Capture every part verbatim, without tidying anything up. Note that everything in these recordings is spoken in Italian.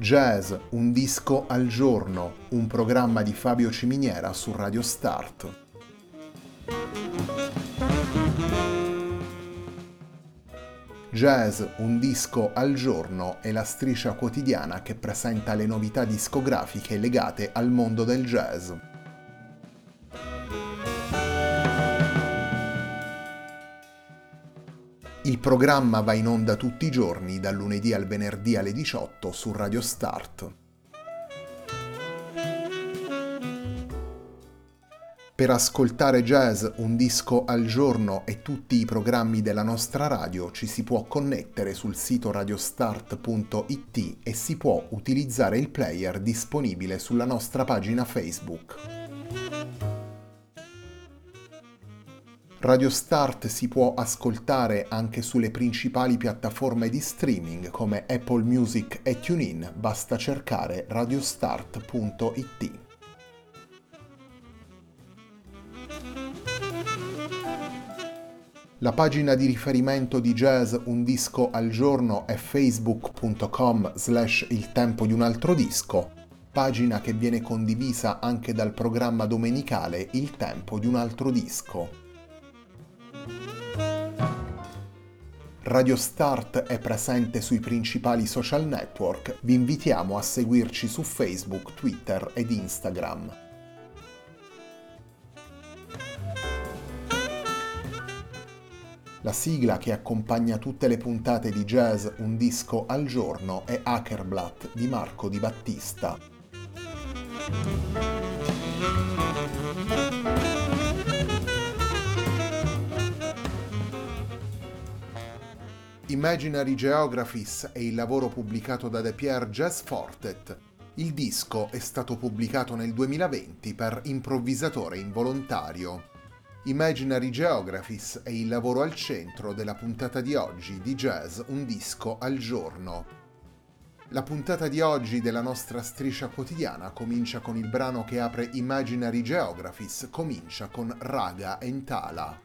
Jazz, un disco al giorno, un programma di Fabio Ciminiera su Radio Start. Jazz, un disco al giorno è la striscia quotidiana che presenta le novità discografiche legate al mondo del jazz. Il programma va in onda tutti i giorni, dal lunedì al venerdì alle diciotto su Radio Start. Per ascoltare Jazz, un disco al giorno e tutti i programmi della nostra radio ci si può connettere sul sito radiostart punto it e si può utilizzare il player disponibile sulla nostra pagina Facebook. Radio Start si può ascoltare anche sulle principali piattaforme di streaming come Apple Music e TuneIn, basta cercare radiostart punto it. La pagina di riferimento di Jazz, un disco al giorno è facebook punto com slash il tempo di un altro disco, pagina che viene condivisa anche dal programma domenicale Il tempo di un altro disco. Radio Start è presente sui principali social network, vi invitiamo a seguirci su Facebook, Twitter ed Instagram. La sigla che accompagna tutte le puntate di Jazz, un disco al giorno è Hackerblatt di Marco Di Battista. Imaginary Geographies è il lavoro pubblicato da The Pierre Jazz Quartet. Il disco è stato pubblicato nel duemilaventi per Improvvisatore Involontario. Imaginary Geographies è il lavoro al centro della puntata di oggi di Jazz, un disco al giorno. La puntata di oggi della nostra striscia quotidiana comincia con il brano che apre Imaginary Geographies, comincia con Raga Entala.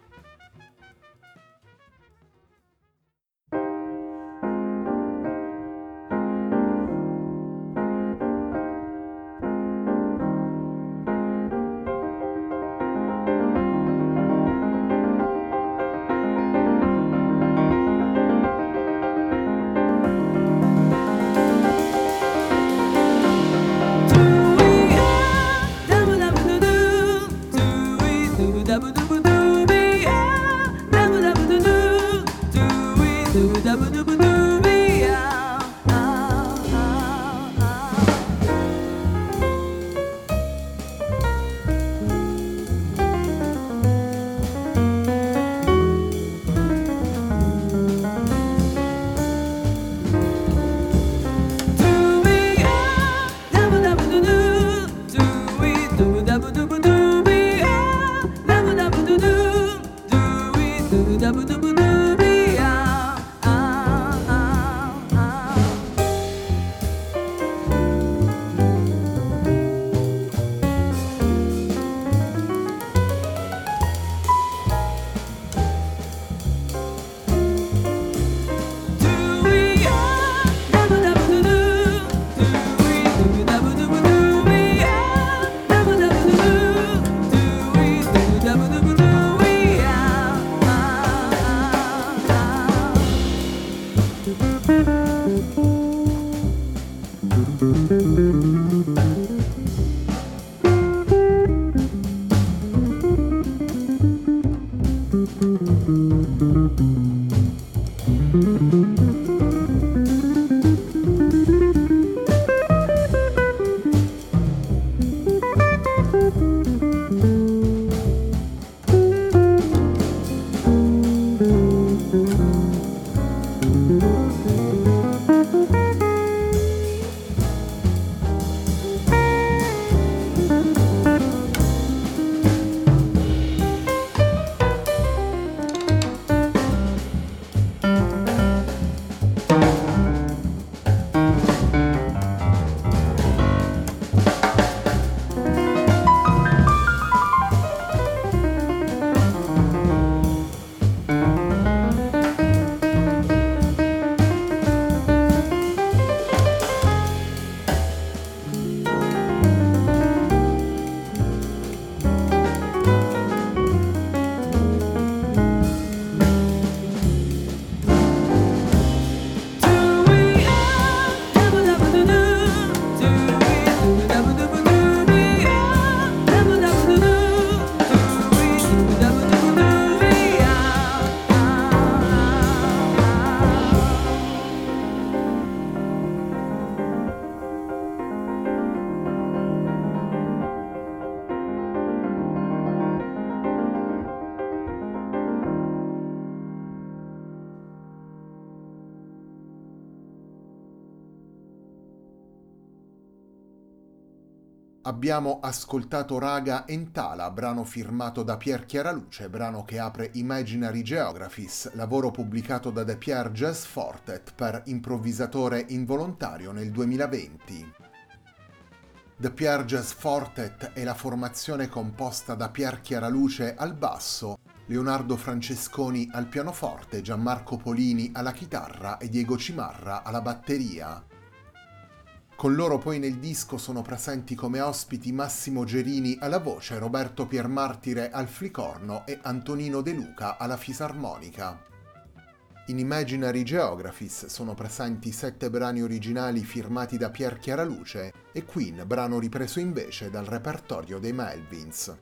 Abbiamo ascoltato Raga Entala, brano firmato da Pier Chiaraluce, brano che apre Imaginary Geographies, lavoro pubblicato da The Pierre Jazz Quartet per Improvvisatore Involontario nel duemilaventi. The Pierre Jazz Quartet è la formazione composta da Pier Chiaraluce al basso, Leonardo Francesconi al pianoforte, Gianmarco Polini alla chitarra e Diego Cimarra alla batteria. Con loro poi nel disco sono presenti come ospiti Massimo Gerini alla voce, Roberto Piermartire al flicorno e Antonino De Luca alla fisarmonica. In Imaginary Geographies sono presenti sette brani originali firmati da Pier Chiaraluce e Queen, brano ripreso invece dal repertorio dei Melvins.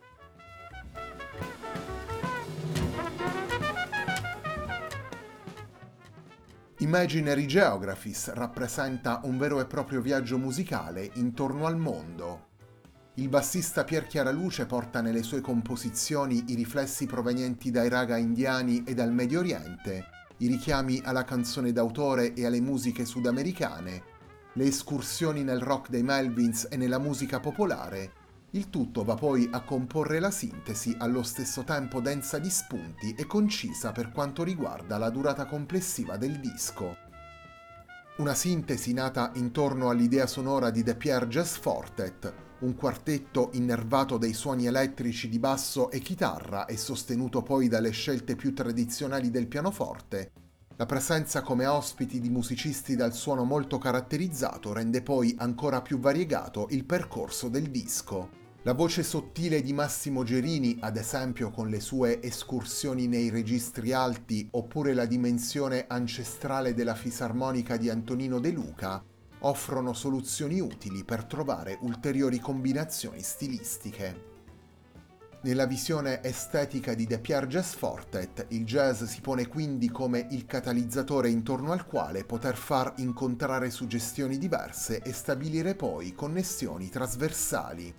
Imaginary Geographies rappresenta un vero e proprio viaggio musicale intorno al mondo. Il bassista Pier Chiaraluce porta nelle sue composizioni i riflessi provenienti dai raga indiani e dal Medio Oriente, i richiami alla canzone d'autore e alle musiche sudamericane, le escursioni nel rock dei Melvins e nella musica popolare. Il tutto va poi a comporre la sintesi, allo stesso tempo densa di spunti e concisa per quanto riguarda la durata complessiva del disco. Una sintesi nata intorno all'idea sonora di The Pierre Jazz Quartet, un quartetto innervato dai suoni elettrici di basso e chitarra e sostenuto poi dalle scelte più tradizionali del pianoforte. La presenza come ospiti di musicisti dal suono molto caratterizzato rende poi ancora più variegato il percorso del disco. La voce sottile di Massimo Gerini, ad esempio con le sue escursioni nei registri alti, oppure la dimensione ancestrale della fisarmonica di Antonino De Luca, offrono soluzioni utili per trovare ulteriori combinazioni stilistiche. Nella visione estetica di The Pierre Jazz Quartet, il jazz si pone quindi come il catalizzatore intorno al quale poter far incontrare suggestioni diverse e stabilire poi connessioni trasversali.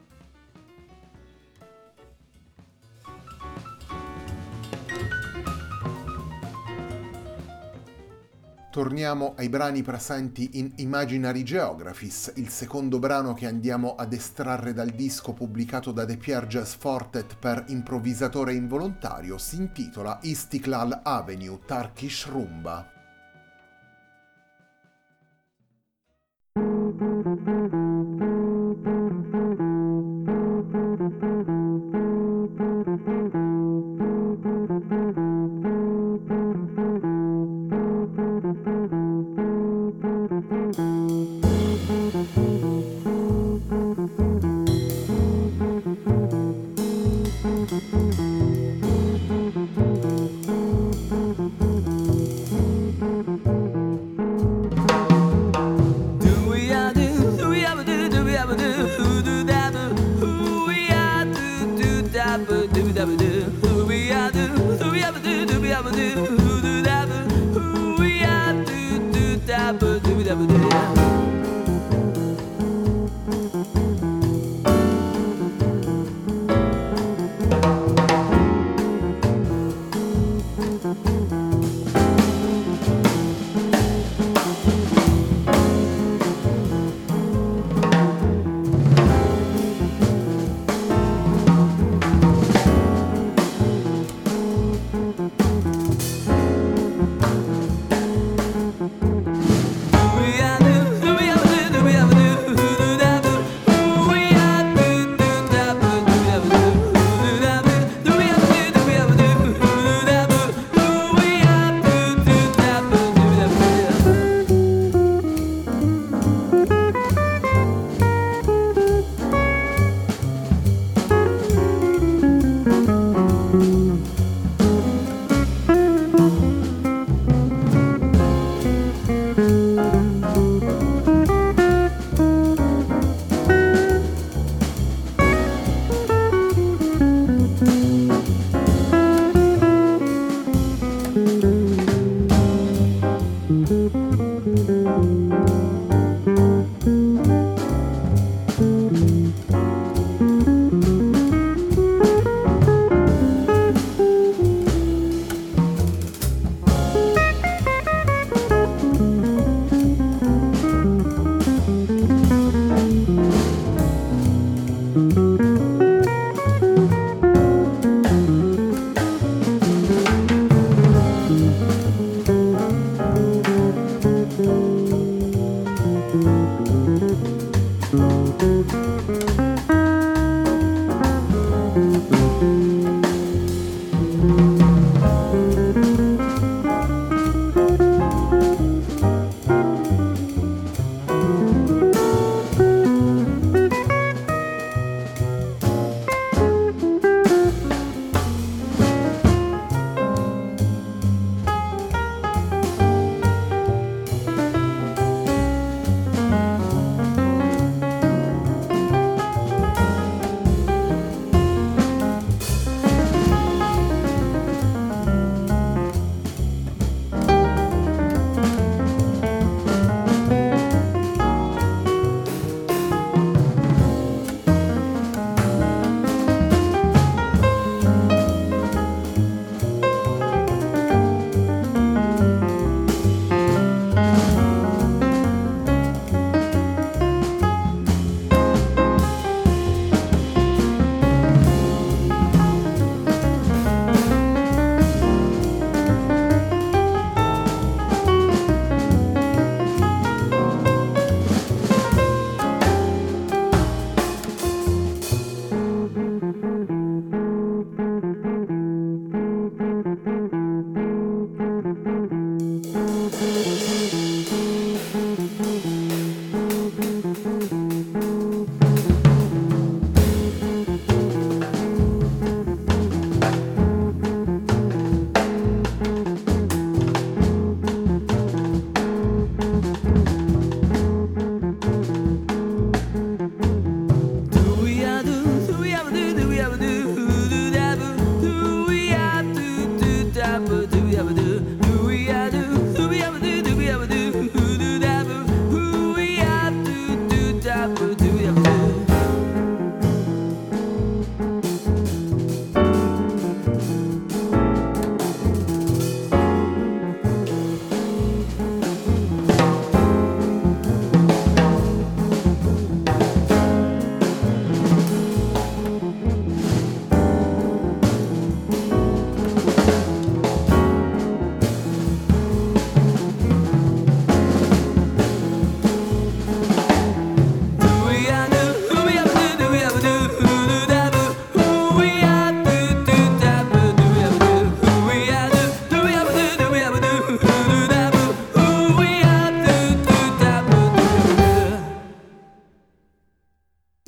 Torniamo ai brani presenti in Imaginary Geographies, il secondo brano che andiamo ad estrarre dal disco pubblicato da The Pierre Jazz Quartet per Improvvisatore Involontario si intitola Istiklal Avenue Turkish Rumba.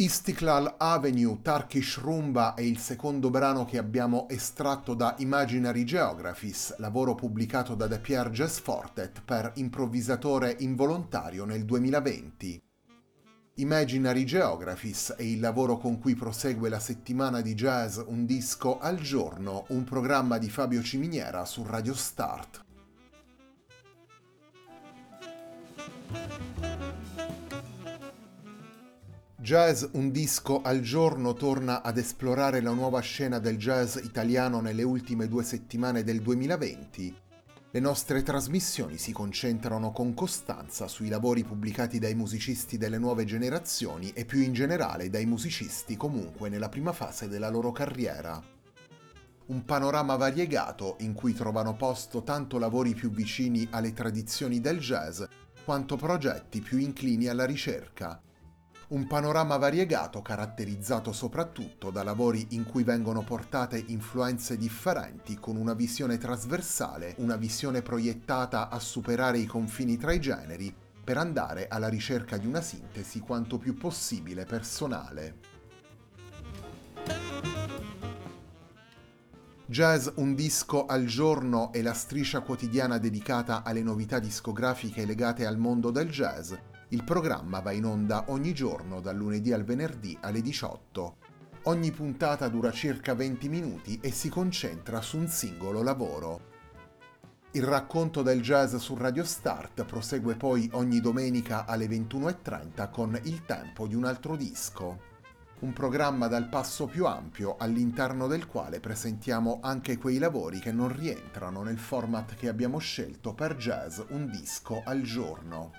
Istiklal Avenue Turkish Rumba è il secondo brano che abbiamo estratto da Imaginary Geographies, lavoro pubblicato da The Pierre Jazz Quartet per Improvvisatore Involontario nel duemilaventi. Imaginary Geographies è il lavoro con cui prosegue la settimana di jazz Un disco al giorno, un programma di Fabio Ciminiera su Radio Start. Jazz Un disco al giorno torna ad esplorare la nuova scena del jazz italiano nelle ultime due settimane del duemilaventi. Le nostre trasmissioni si concentrano con costanza sui lavori pubblicati dai musicisti delle nuove generazioni e più in generale dai musicisti comunque nella prima fase della loro carriera. Un panorama variegato in cui trovano posto tanto lavori più vicini alle tradizioni del jazz quanto progetti più inclini alla ricerca. Un panorama variegato caratterizzato soprattutto da lavori in cui vengono portate influenze differenti con una visione trasversale, una visione proiettata a superare i confini tra i generi per andare alla ricerca di una sintesi quanto più possibile personale. Jazz Un disco al giorno è la striscia quotidiana dedicata alle novità discografiche legate al mondo del jazz. Il programma va in onda ogni giorno dal lunedì al venerdì alle diciotto. Ogni puntata dura circa venti minuti e si concentra su un singolo lavoro. Il racconto del jazz su Radio Start prosegue poi ogni domenica alle ventuno e trenta con Il tempo di un altro disco. Un programma dal passo più ampio all'interno del quale presentiamo anche quei lavori che non rientrano nel format che abbiamo scelto per Jazz Un disco al giorno.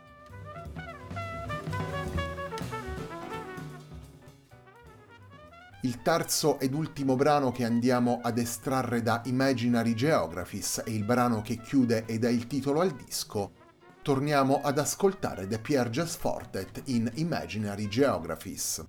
Il terzo ed ultimo brano che andiamo ad estrarre da Imaginary Geographies è il brano che chiude e dà il titolo al disco. Torniamo ad ascoltare The Pierre Jazz Quartet in Imaginary Geographies.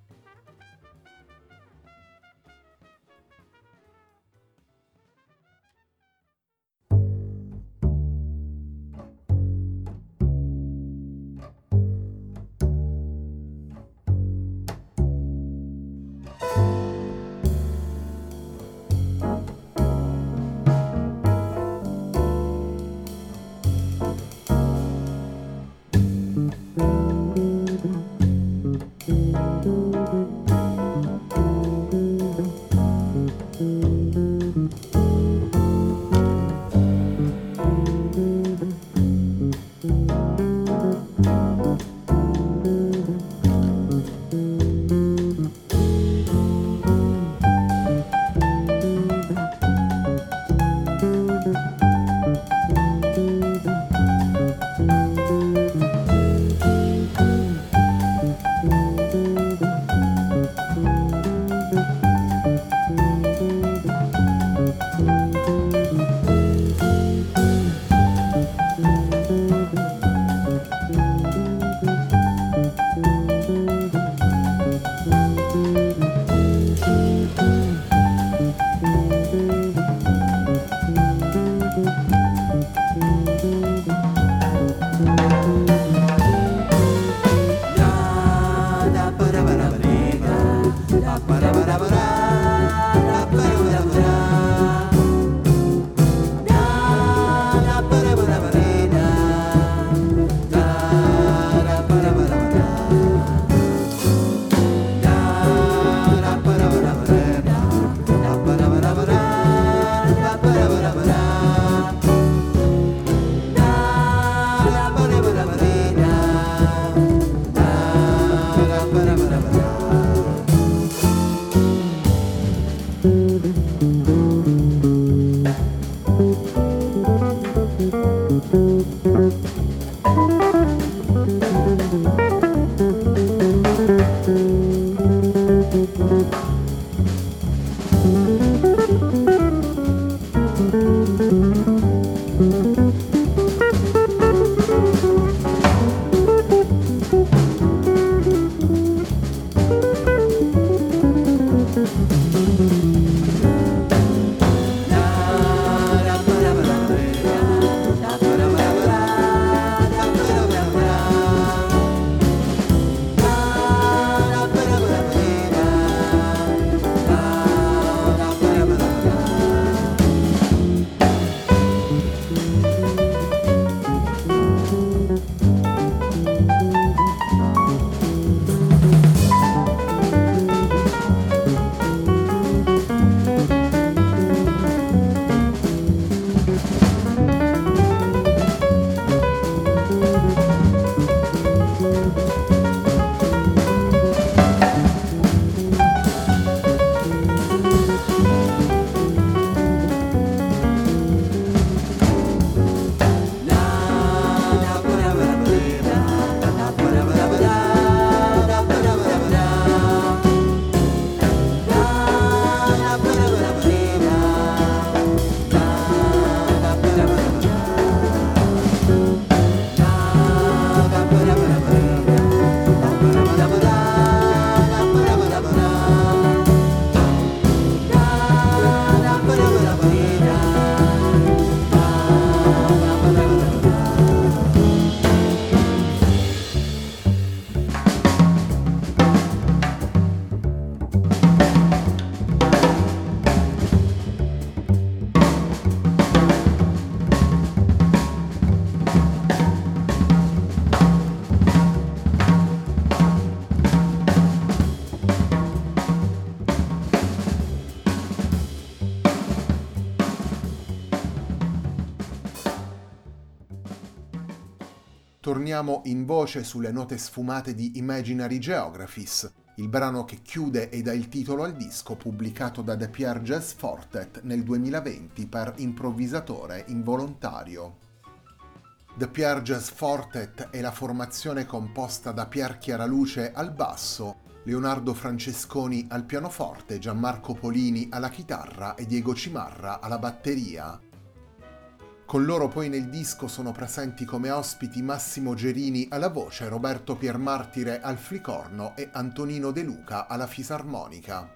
Torniamo in voce sulle note sfumate di Imaginary Geographies, il brano che chiude e dà il titolo al disco pubblicato da The Pierre Jazz Quartet nel duemilaventi per Improvvisatore Involontario. The Pierre Jazz Quartet è la formazione composta da Pier Chiaraluce al basso, Leonardo Francesconi al pianoforte, Gianmarco Polini alla chitarra e Diego Cimarra alla batteria. Con loro poi nel disco sono presenti come ospiti Massimo Gerini alla voce, Roberto Piermartire al flicorno e Antonino De Luca alla fisarmonica.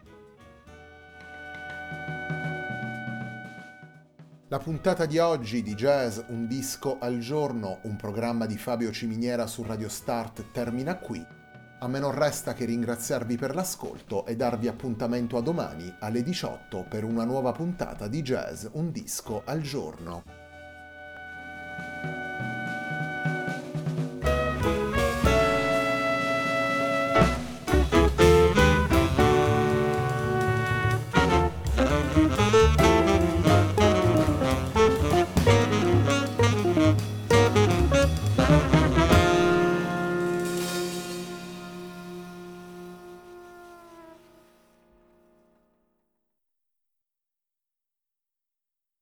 La puntata di oggi di Jazz Un disco al giorno, un programma di Fabio Ciminiera su Radio Start, termina qui. A me non resta che ringraziarvi per l'ascolto e darvi appuntamento a domani alle diciotto per una nuova puntata di Jazz Un disco al giorno.